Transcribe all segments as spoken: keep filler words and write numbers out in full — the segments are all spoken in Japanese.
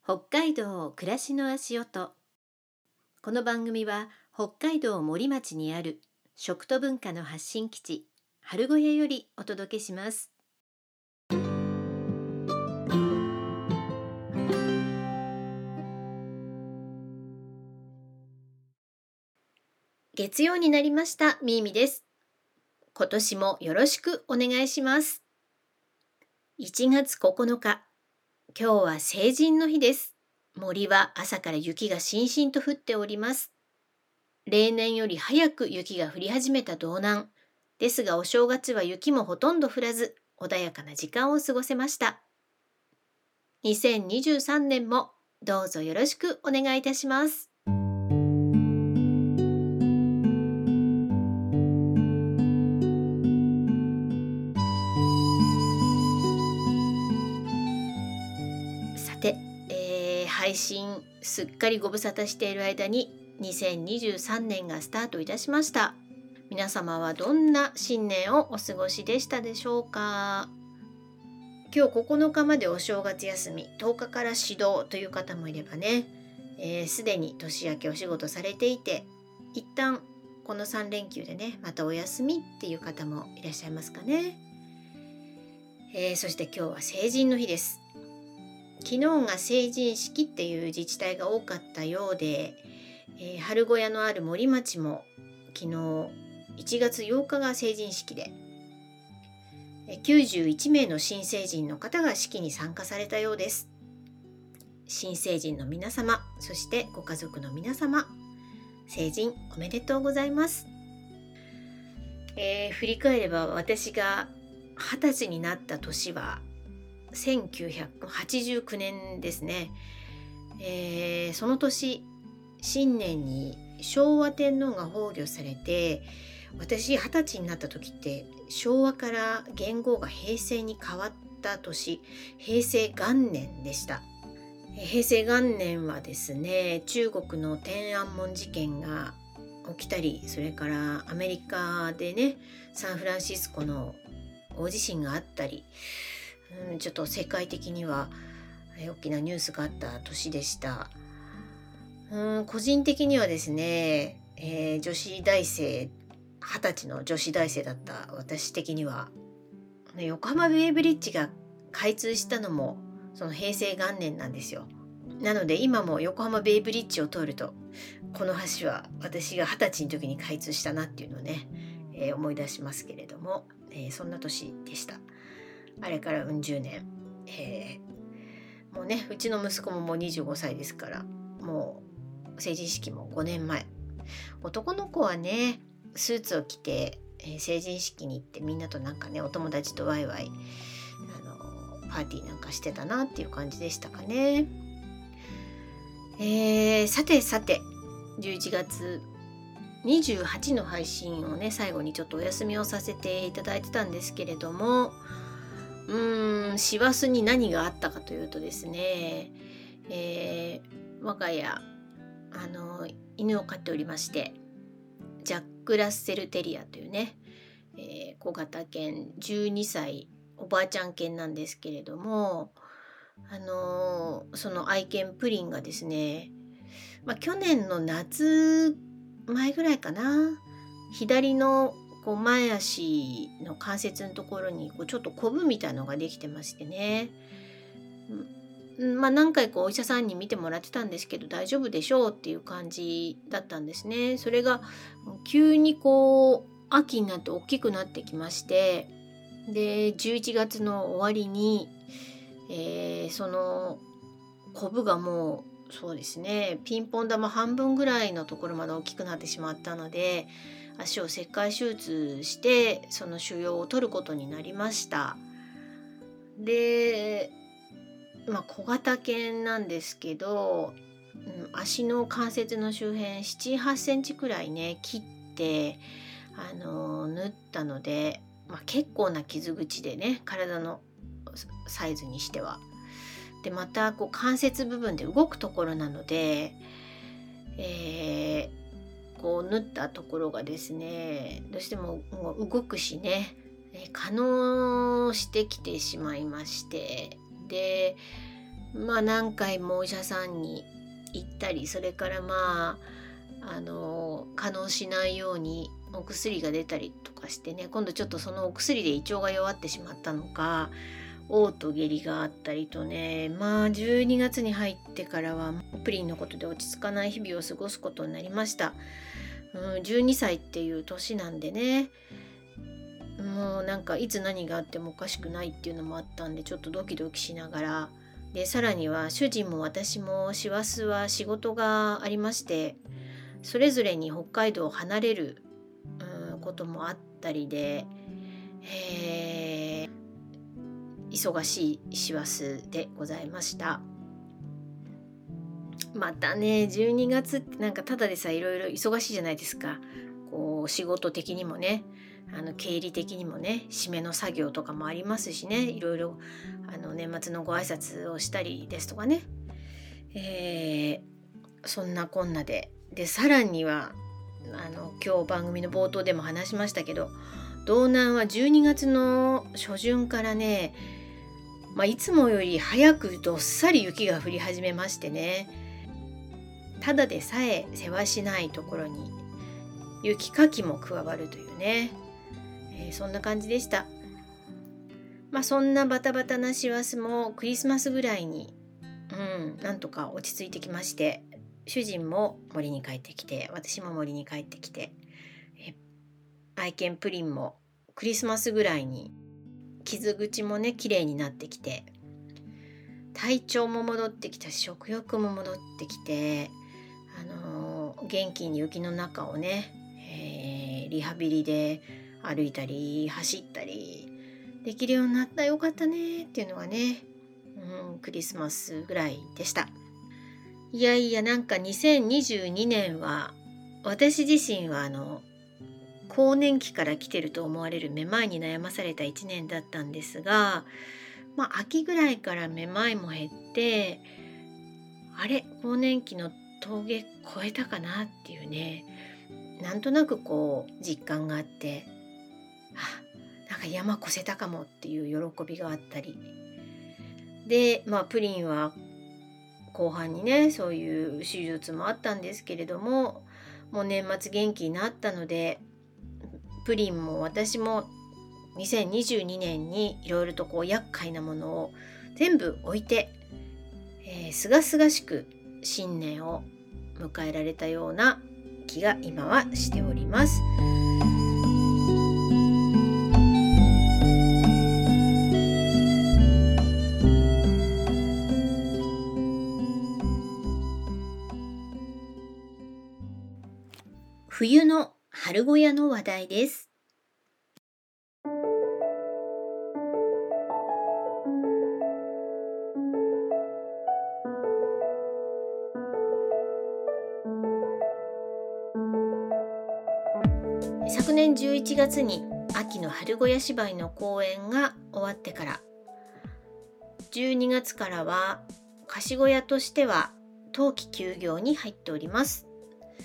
北海道暮らしの足音。この番組は北海道森町にある食と文化の発信基地春小屋よりお届けします。月曜になりました。みーみです。今年もよろしくお願いします。いちがつここのか、今日は成人の日です。森は朝から雪がしんしんと降っております。例年より早く雪が降り始めた道南ですが、お正月は雪もほとんど降らず穏やかな時間を過ごせました。にせんにじゅうさんねんもどうぞよろしくお願いいたします。さて、えー、配信すっかりご無沙汰している間ににせんにじゅうさんねんがスタートいたしました。皆様はどんな新年をお過ごしでしたでしょうか。今日ここのかまでお正月休み、とおかから始動という方もいればね、すで、えー、に年明けお仕事されていて、一旦このさんれんきゅうでね、またお休みっていう方もいらっしゃいますかね。えー、そして今日は成人の日です。昨日が成人式っていう自治体が多かったようで、えー、春小屋のある森町も昨日いちがつようかが成人式で、きゅうじゅういちめいの新成人の方が式に参加されたようです。新成人の皆様、そしてご家族の皆様、成人おめでとうございます。えー、振り返れば私がはたちになった年はせんきゅうひゃくはちじゅうきゅうねんですね。えー、その年、新年に昭和天皇が崩御されて、私はたちになった時って昭和から元号が平成に変わった年、平成元年でした。平成元年はですね、中国の天安門事件が起きたり、それからアメリカでね、サンフランシスコの大地震があったり、うん、ちょっと世界的には大きなニュースがあった年でした。うん、個人的にはですね、えー、女子大生はたちの女子大生だった私的には、横浜ベイブリッジが開通したのもその平成元年なんですよ。なので今も横浜ベイブリッジを通ると、この橋は私がはたちの時に開通したなっていうのをね、えー、思い出しますけれども、えー、そんな年でした。あれからうん十年、えー、もうね、うちの息子ももうにじゅうごさいですから、もう成人式もごねんまえ。男の子はね、スーツを着て、えー、成人式に行ってみんなとなんかね、お友達とワイワイあのパーティーなんかしてたなっていう感じでしたかね。えー、さてさてじゅういちがつにじゅうはちの配信をね、最後にちょっとお休みをさせていただいてたんですけれども、うーん師走に何があったかというとですね、えー、我が家あの犬を飼っておりまして、ジャック・ラッセル・テリアというね、えー、小型犬じゅうにさいおばあちゃん犬なんですけれども、あのー、その愛犬プリンがですね、まあ、去年の夏前ぐらいかな、左のこう前足の関節のところにこうちょっとコブみたいのができてましてね、まあ、何回かお医者さんに見てもらってたんですけど、大丈夫でしょうっていう感じだったんですね。それが急にこう秋になって大きくなってきまして、でじゅういちがつの終わりに、えー、そのコブがもうそうですね、ピンポン玉半分ぐらいのところまで大きくなってしまったので、足を切開手術してその腫瘍を取ることになりました。でまあ、小型犬なんですけど、うん、足の関節の周辺なな、はちセンチくらいね切ってあの縫ったので、まあ、結構な傷口でね、体のサイズにしては。でまたこう関節部分で動くところなので、えー、こう縫ったところがですね、どうしてももう動くしね、可能してきてしまいまして、でまあ何回もお医者さんに行ったり、それからまああの可能しないようにお薬が出たりとかしてね、今度ちょっとそのお薬で胃腸が弱ってしまったのか、嘔吐下痢があったりとね、まあじゅうにがつに入ってからはプリンのことで落ち着かない日々を過ごすことになりました。うん、じゅうにさいっていう年なんでね、もうなんかいつ何があってもおかしくないっていうのもあったんで、ちょっとドキドキしながら、でさらには主人も私も師走は仕事がありまして、それぞれに北海道を離れる、うん、こともあったりで、えー、忙しい師走でございました。またね、じゅうにがつってなんかただでさいろいろ忙しいじゃないですか。こう仕事的にもね、あの経理的にもね、締めの作業とかもありますしね、いろいろあの年末のご挨拶をしたりですとかね、えー、そんなこんなで、でさらにはあの今日番組の冒頭でも話しましたけど、道南はじゅうにがつの初旬からね、まあ、いつもより早くどっさり雪が降り始めましてね、ただでさえせわしないところに雪かきも加わるというね、えー、そんな感じでした。まあそんなバタバタな師走もクリスマスぐらいに、うん、なんとか落ち着いてきまして、主人も森に帰ってきて、私も森に帰ってきて、え愛犬プリンもクリスマスぐらいに傷口もね綺麗になってきて、体調も戻ってきたし、食欲も戻ってきて、あのー、元気に雪の中をね、えー、リハビリで歩いたり走ったりできるようになった。よかったねっていうのがね、うん、クリスマスぐらいでした。いやいや、なんかにせんにじゅうにねんは私自身はあの更年期から来てると思われるめまいに悩まされたいちねんだったんですが、まあ秋ぐらいからめまいも減って、あれ更年期の峠越えたかなっていうね、なんとなくこう実感があって、あ、なんか山越せたかもっていう喜びがあったりで、まあプリンは後半にねそういう手術もあったんですけれども、もう年末元気になったので、プリンも私もにせんにじゅうにねんにいろいろとこう厄介なものを全部置いて、えー、すがすがしく新年を迎えられたような気が今はしております。冬の春小屋の話題です。昨年じゅういちがつに秋の春小屋芝居の公演が終わってから、じゅうにがつからは貸小屋としては冬季休業に入っております。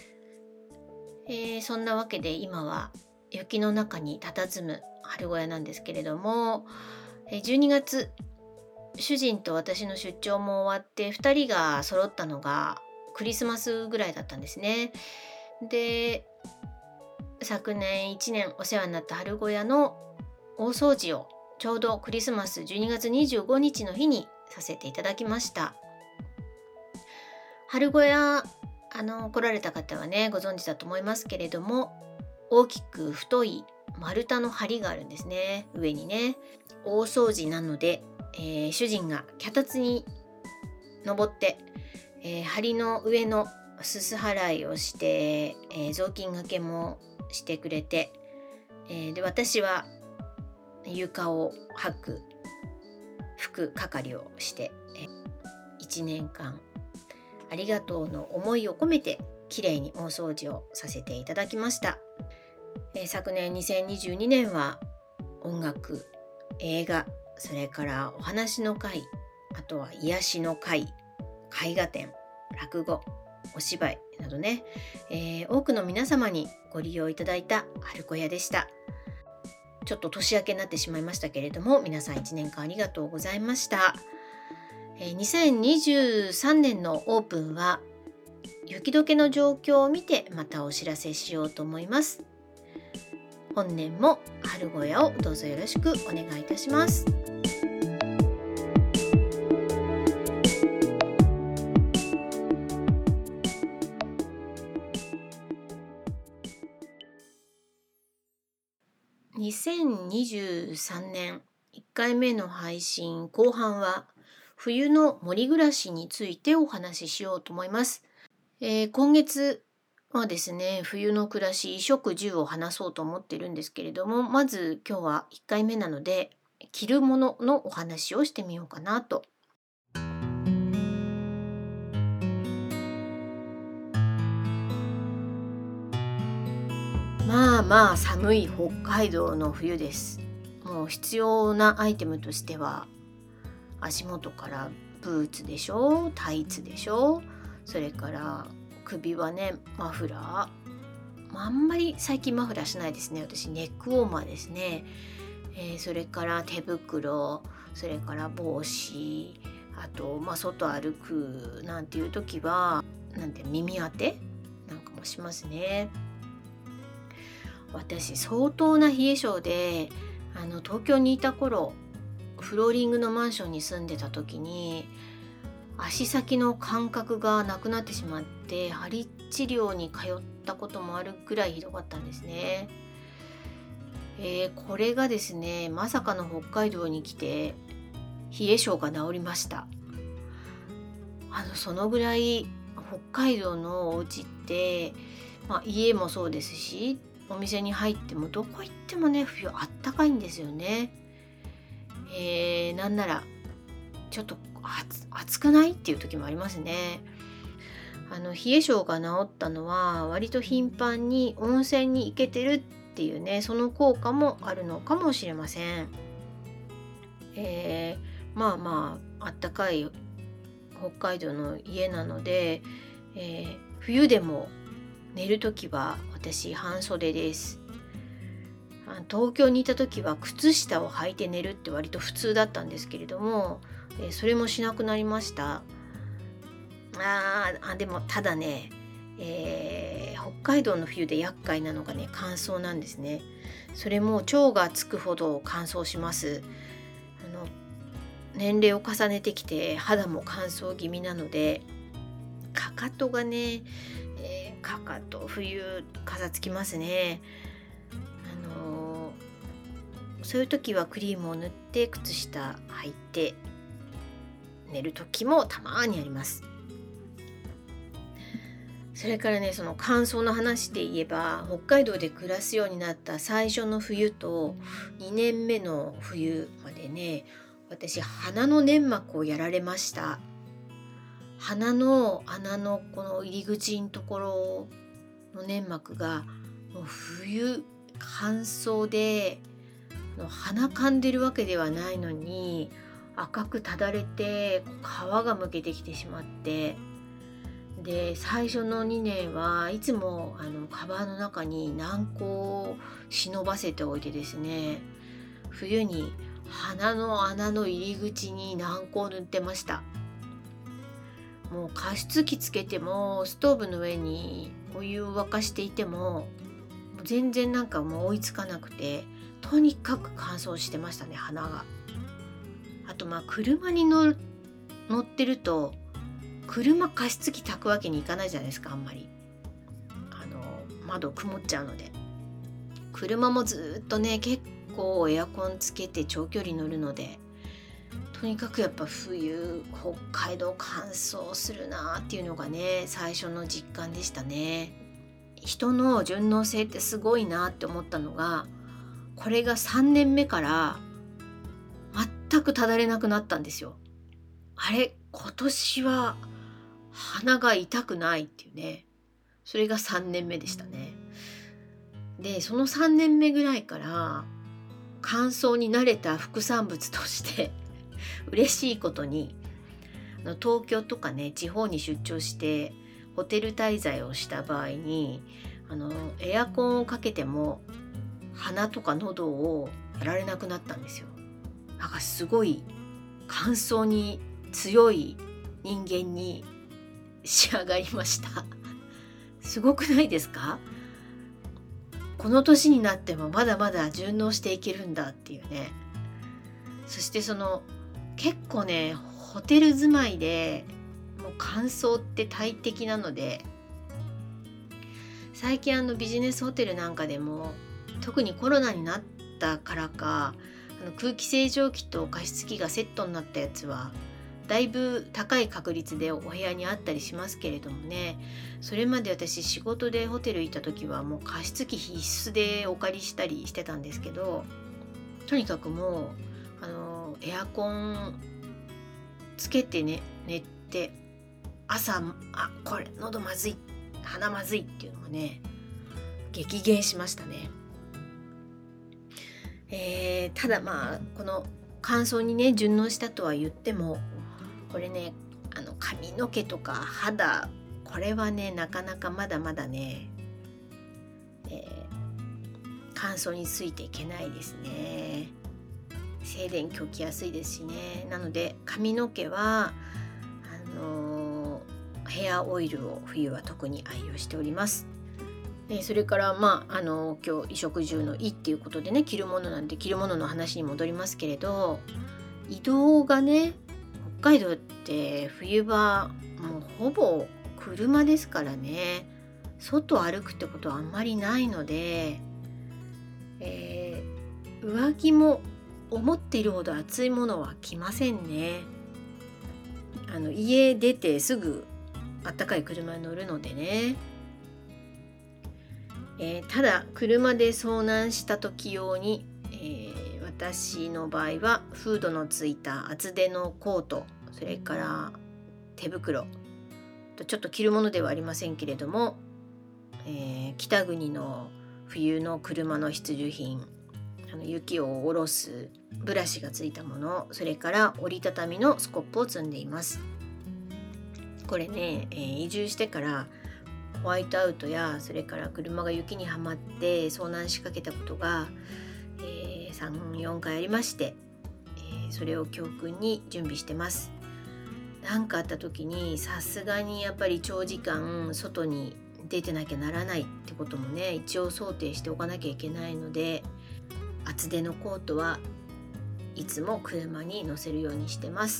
えー、そんなわけで今は雪の中に佇む春小屋なんですけれども、じゅうにがつ主人と私の出張も終わってふたりが揃ったのがクリスマスぐらいだったんですね。で、昨年いちねんお世話になった春小屋の大掃除をちょうどクリスマスじゅうにがつにじゅうごにちの日にさせていただきました。春小屋あの来られた方はねご存知だと思いますけれども、大きく太い丸太の梁があるんですね、上にね。大掃除なので、えー、主人が脚立に登って、えー、梁の上のすす払いをして、えー、雑巾がけもしてくれて、えー、で私は床を掃く拭く係をして、えー、いちねんかんありがとうの思いを込めてきれいに大掃除をさせていただきました。えー、昨年にせんにじゅうにねんは音楽、映画、それからお話の会、あとは癒しの会、絵画展、落語、お芝居などね、えー、多くの皆様にご利用いただいた春小屋でした。ちょっと年明けになってしまいましたけれども、皆さんいちねんかんありがとうございました。 にせんにじゅうさんねんのオープンは雪解けの状況を見てまたお知らせしようと思います。本年も春小屋をどうぞよろしくお願いいたします。にせんにじゅうさんねんいっかいめの配信後半は冬の森暮らしについてお話ししようと思います。えー、今月はですね、冬の暮らし衣食住を話そうと思ってるんですけれども、まず今日はいっかいめなので着るもののお話をしてみようかなと。まあまあ寒い北海道の冬です。もう必要なアイテムとしては足元からブーツでしょ、タイツでしょ、それから首はねマフラー、あんまり最近マフラーしないですね。私ネックウォーマーですね、えー、それから手袋、それから帽子、あと、まあ、外歩くなんていう時はなんて耳当てなんかもしますね。私相当な冷え性で、あの東京にいた頃フローリングのマンションに住んでた時に足先の感覚がなくなってしまって鍼治療に通ったこともあるくらいひどかったんですね。えー、これがですね、まさかの北海道に来て冷え性が治りました。あのそのぐらい北海道のお家って、まあ、家もそうですしお店に入ってもどこ行ってもね冬あったかいんですよね。えー、なんならちょっと暑くないっていう時もありますね。あの冷え性が治ったのは割と頻繁に温泉に行けてるっていうね、その効果もあるのかもしれません。えー、まあまああったかい北海道の家なので、えー、冬でも寝るときは私半袖です。東京にいた時は靴下を履いて寝るって割と普通だったんですけれども、えー、それもしなくなりました。あーでもただね、えー、北海道の冬で厄介なのがね乾燥なんですね。それも腸がつくほど乾燥します。あの年齢を重ねてきて肌も乾燥気味なのでかかとがね、えー、かかと冬かさつきますね。あのー、そういう時はクリームを塗って靴下履いて寝る時もたまにあります。それからね、その乾燥の話で言えば北海道で暮らすようになった最初の冬とにねんめの冬までね、私鼻の粘膜をやられました。鼻の穴のこの入り口のところの粘膜がもう冬乾燥で鼻かんでるわけではないのに赤くただれて皮がむけてきてしまって、で最初のにねんはいつもあのカバンの中に軟膏を忍ばせておいてですね、冬に鼻の穴の入り口に軟膏を塗ってました。もう加湿器つけてもストーブの上にお湯を沸かしていてももう全然なんかもう追いつかなくて、とにかく乾燥してましたね、鼻が。あとまあ車に乗乗ってると車加湿器炊くわけにいかないじゃないですか。あんまりあの窓曇っちゃうので、車もずっとね結構エアコンつけて長距離乗るので、とにかくやっぱ冬北海道乾燥するなっていうのがね最初の実感でしたね。人の順応性ってすごいなって思ったのが、これがさんねんめから全くただれなくなったんですよ。あれ今年は鼻が痛くないっていうね、それがさんねんめでしたね。でそのさんねんめぐらいから乾燥に慣れた副産物として嬉しいことに東京とかね地方に出張してホテル滞在をした場合にあのエアコンをかけても鼻とか喉をやられなくなったんですよ。なんかすごい乾燥に強い人間に仕上がりました。すごくないですか？この年になってもまだまだ順応していけるんだっていうね。そしてその結構ね、ホテル住まいでもう乾燥って大敵なので、最近あのビジネスホテルなんかでも特にコロナになったからか、あの空気清浄機と加湿器がセットになったやつはだいぶ高い確率でお部屋にあったりしますけれどもね、それまで私仕事でホテル行った時はもう加湿器必須でお借りしたりしてたんですけど、とにかくもうあのエアコンつけてね寝て、朝あこれ喉まずい鼻まずいっていうのがね激減しましたね。えー、ただまあこの乾燥にね順応したとは言っても、これねあの髪の毛とか肌、これはねなかなかまだまだね、えー、乾燥についていけないですね。静電気起きやすいですしね。なので髪の毛はあのー、ヘアオイルを冬は特に愛用しております。でそれからまああのー、今日衣食住の「衣」っていうことでね、着るものなんで着るものの話に戻りますけれど、移動がね北海道って冬場もうほぼ車ですからね、外歩くってことはあんまりないので、えー、上着も思っているほど暑いものは着ませんね。あの家出てすぐあったかい車に乗るのでね、えー、ただ車で遭難した時用に、えー、私の場合はフードのついた厚手のコート、それから手袋と、ちょっと着るものではありませんけれども、えー、北国の冬の車の必需品、あの雪を下ろすブラシがついたもの、それから折りたたみのスコップを積んでいます。これね、えー、移住してからホワイトアウトや、それから車が雪にはまって遭難しかけたことが、えー、さん、よんかいありまして、えー、それを教訓に準備してます。何かあった時にさすがにやっぱり長時間外に出てなきゃならないってこともね一応想定しておかなきゃいけないので、厚手のコートはいつも車に乗せるようにしてます。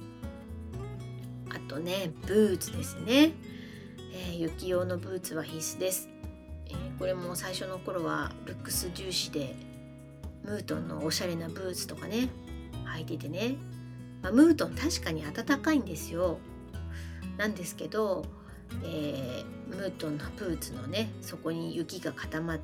あとねブーツですね、えー、雪用のブーツは必須です。えー、これも最初の頃はルックス重視でムートンのおしゃれなブーツとかね履いててね、まあ、ムートン確かに暖かいんですよ。なんですけど、えー、ムートンのブーツのねそこに雪が固まって、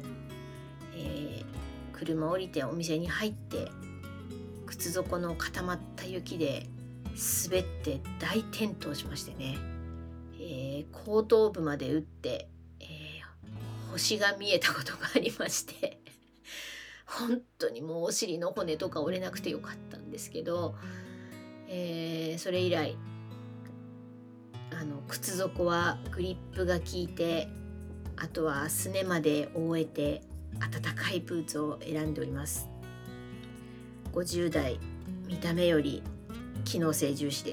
えー、車降りてお店に入って靴底の固まった雪で滑って大転倒しましてね、えー、後頭部まで打って、えー、星が見えたことがありまして本当にもうお尻の骨とか折れなくてよかったんですけど、えー、それ以来あの靴底はグリップが効いて、あとはすねまで覆えて暖かいブーツを選んでおります。ごじゅう代見た目より機能性重視です。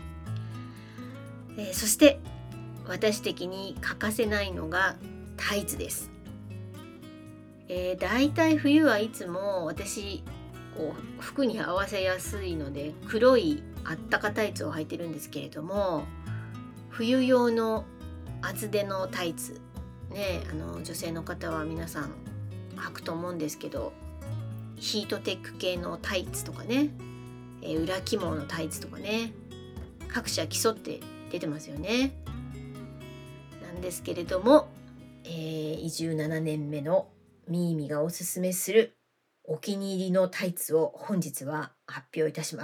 えー、そして私的に欠かせないのがタイツです。えー、だいたい冬はいつも私こう服に合わせやすいので黒いあったかタイツを履いてるんですけれども、冬用の厚手のタイツね、あの女性の方は皆さん履くと思うんですけど、ヒートテック系のタイツとかね、えー、裏起毛のタイツとかね、各社競って出てますよね。なんですけれども、えー、移住ななねんめのミーミがおすすめするお気に入りのタイツを本日は発表いたします。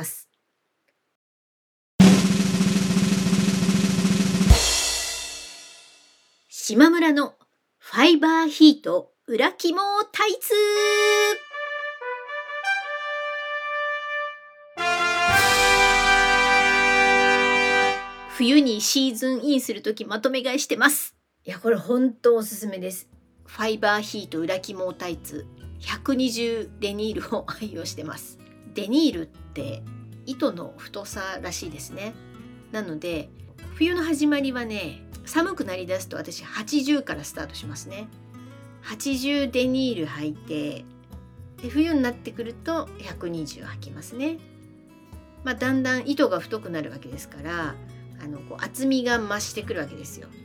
島村のファイバーヒート裏起毛タイツ。冬にシーズンインするときまとめ買いしてます。いやこれ本当おすすめです。ファイバーヒート裏起毛タイツひゃくにじゅうデニールを愛用してます。デニールって糸の太さらしいですね。なので冬の始まりはね、寒くなりだすと私はちじゅうからスタートしますね。はちじゅうデニール履いて、で冬になってくるとひゃくにじゅう履きますね。まあ、だんだん糸が太くなるわけですから、あのこう厚みが増してくるわけですよ。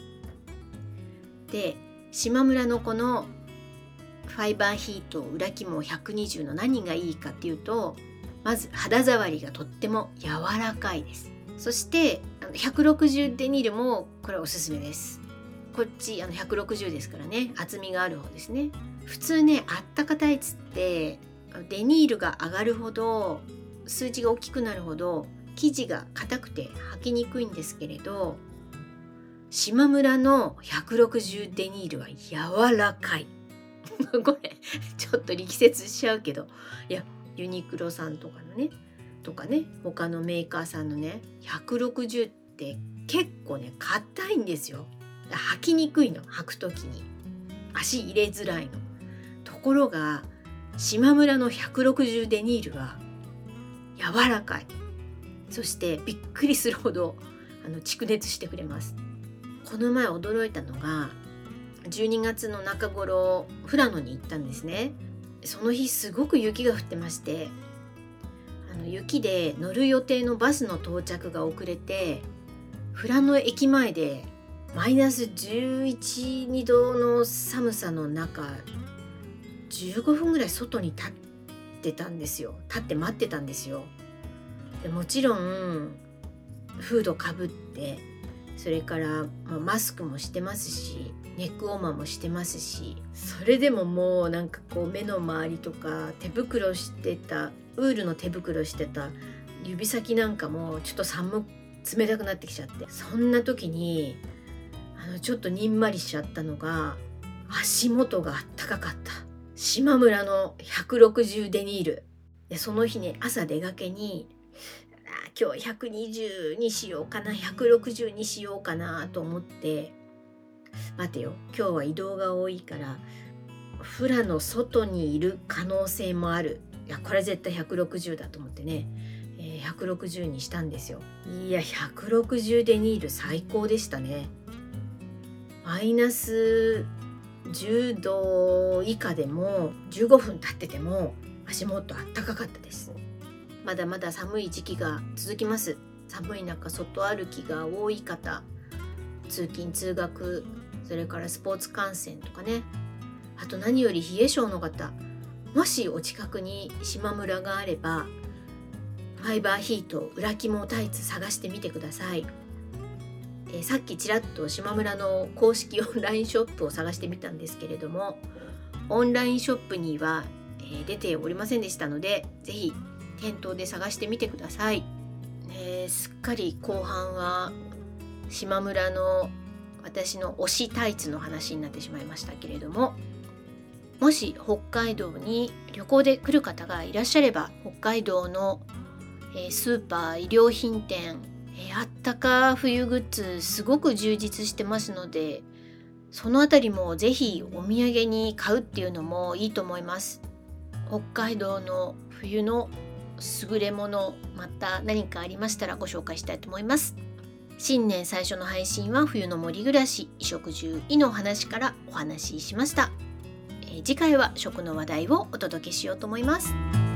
で、しまむらのこのファイバーヒート裏肝ひゃくにじゅうの何がいいかっていうと、まず肌触りがとっても柔らかいです。そしてあのひゃくろくじゅうデニールもこれおすすめです。こっちあのひゃくろくじゅうですからね、厚みがある方ですね。普通ね、あったかタイツってデニールが上がるほど、数字が大きくなるほど生地が硬くて履きにくいんですけれど、しまむらのひゃくろくじゅうデニールは柔らかいこれちょっと力説しちゃうけど、いやユニクロさんとかのねとかね他のメーカーさんのねひゃくろくじゅうって結構ね硬いんですよ。履きにくいの、履くときに足入れづらいの。ところがしまむらのひゃくろくじゅうデニールは柔らかい。そしてびっくりするほどあの蓄熱してくれます。この前驚いたのが、じゅうにがつの中頃富良野に行ったんですね。その日すごく雪が降ってまして、あの雪で乗る予定のバスの到着が遅れて、富良野駅前でマイナスじゅういち、にどの寒さの中じゅうごふんぐらい外に立ってたんですよ。立って待ってたんですよ。でもちろんフードかぶって、それから、まあ、マスクもしてますし、ネックウォーマーもしてますし、それでももうなんかこう目の周りとか手袋してた、ウールの手袋してた指先なんかもちょっと寒冷たくなってきちゃって、そんな時にあのちょっとにんまりしちゃったのが、足元があったかかった。しまむらのひゃくろくじゅうデニールで、その日ね朝出かけに、あ今日ひゃくにじゅうにしようかな、ひゃくろくじゅうにしようかなと思って、待てよ今日は移動が多いから富良野外にいる可能性もある、いやこれ絶対ひゃくろくじゅうだと思ってね、えー、ひゃくろくじゅうにしたんですよ。いやひゃくろくじゅうデニール最高でしたね。マイナスじゅうど以下でもじゅうごふん経ってても足元あったかかったです。まだまだ寒い時期が続きます。寒い中外歩きが多い方、通勤通学、それからスポーツ観戦とかね、あと何より冷え性の方、もしお近くにしまむらがあればファイバーヒート裏肝タイツ探してみてください。えー、さっきちらっとしまむらの公式オンラインショップを探してみたんですけれども、オンラインショップには、えー、出ておりませんでしたので、ぜひ店頭で探してみてください。えー、すっかり後半はしまむらの私の推しタイツの話になってしまいましたけれども、もし北海道に旅行で来る方がいらっしゃれば、北海道の、えー、スーパー、衣料品店、えー、あったか冬グッズすごく充実してますので、そのあたりもぜひお土産に買うっていうのもいいと思います。北海道の冬の優れもの、また何かありましたらご紹介したいと思います。新年最初の配信は冬の森暮らし、衣食住衣の話からお話ししました。えー、次回は食の話題をお届けしようと思います。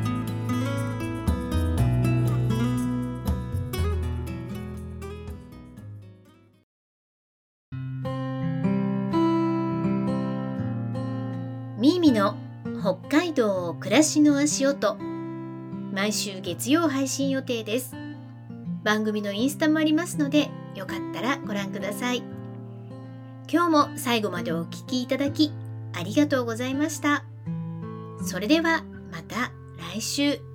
みーみの北海道暮らしの足音、毎週月曜配信予定です。番組のインスタもありますので、よかったらご覧ください。今日も最後までお聞きいただきありがとうございました。それではまた来週。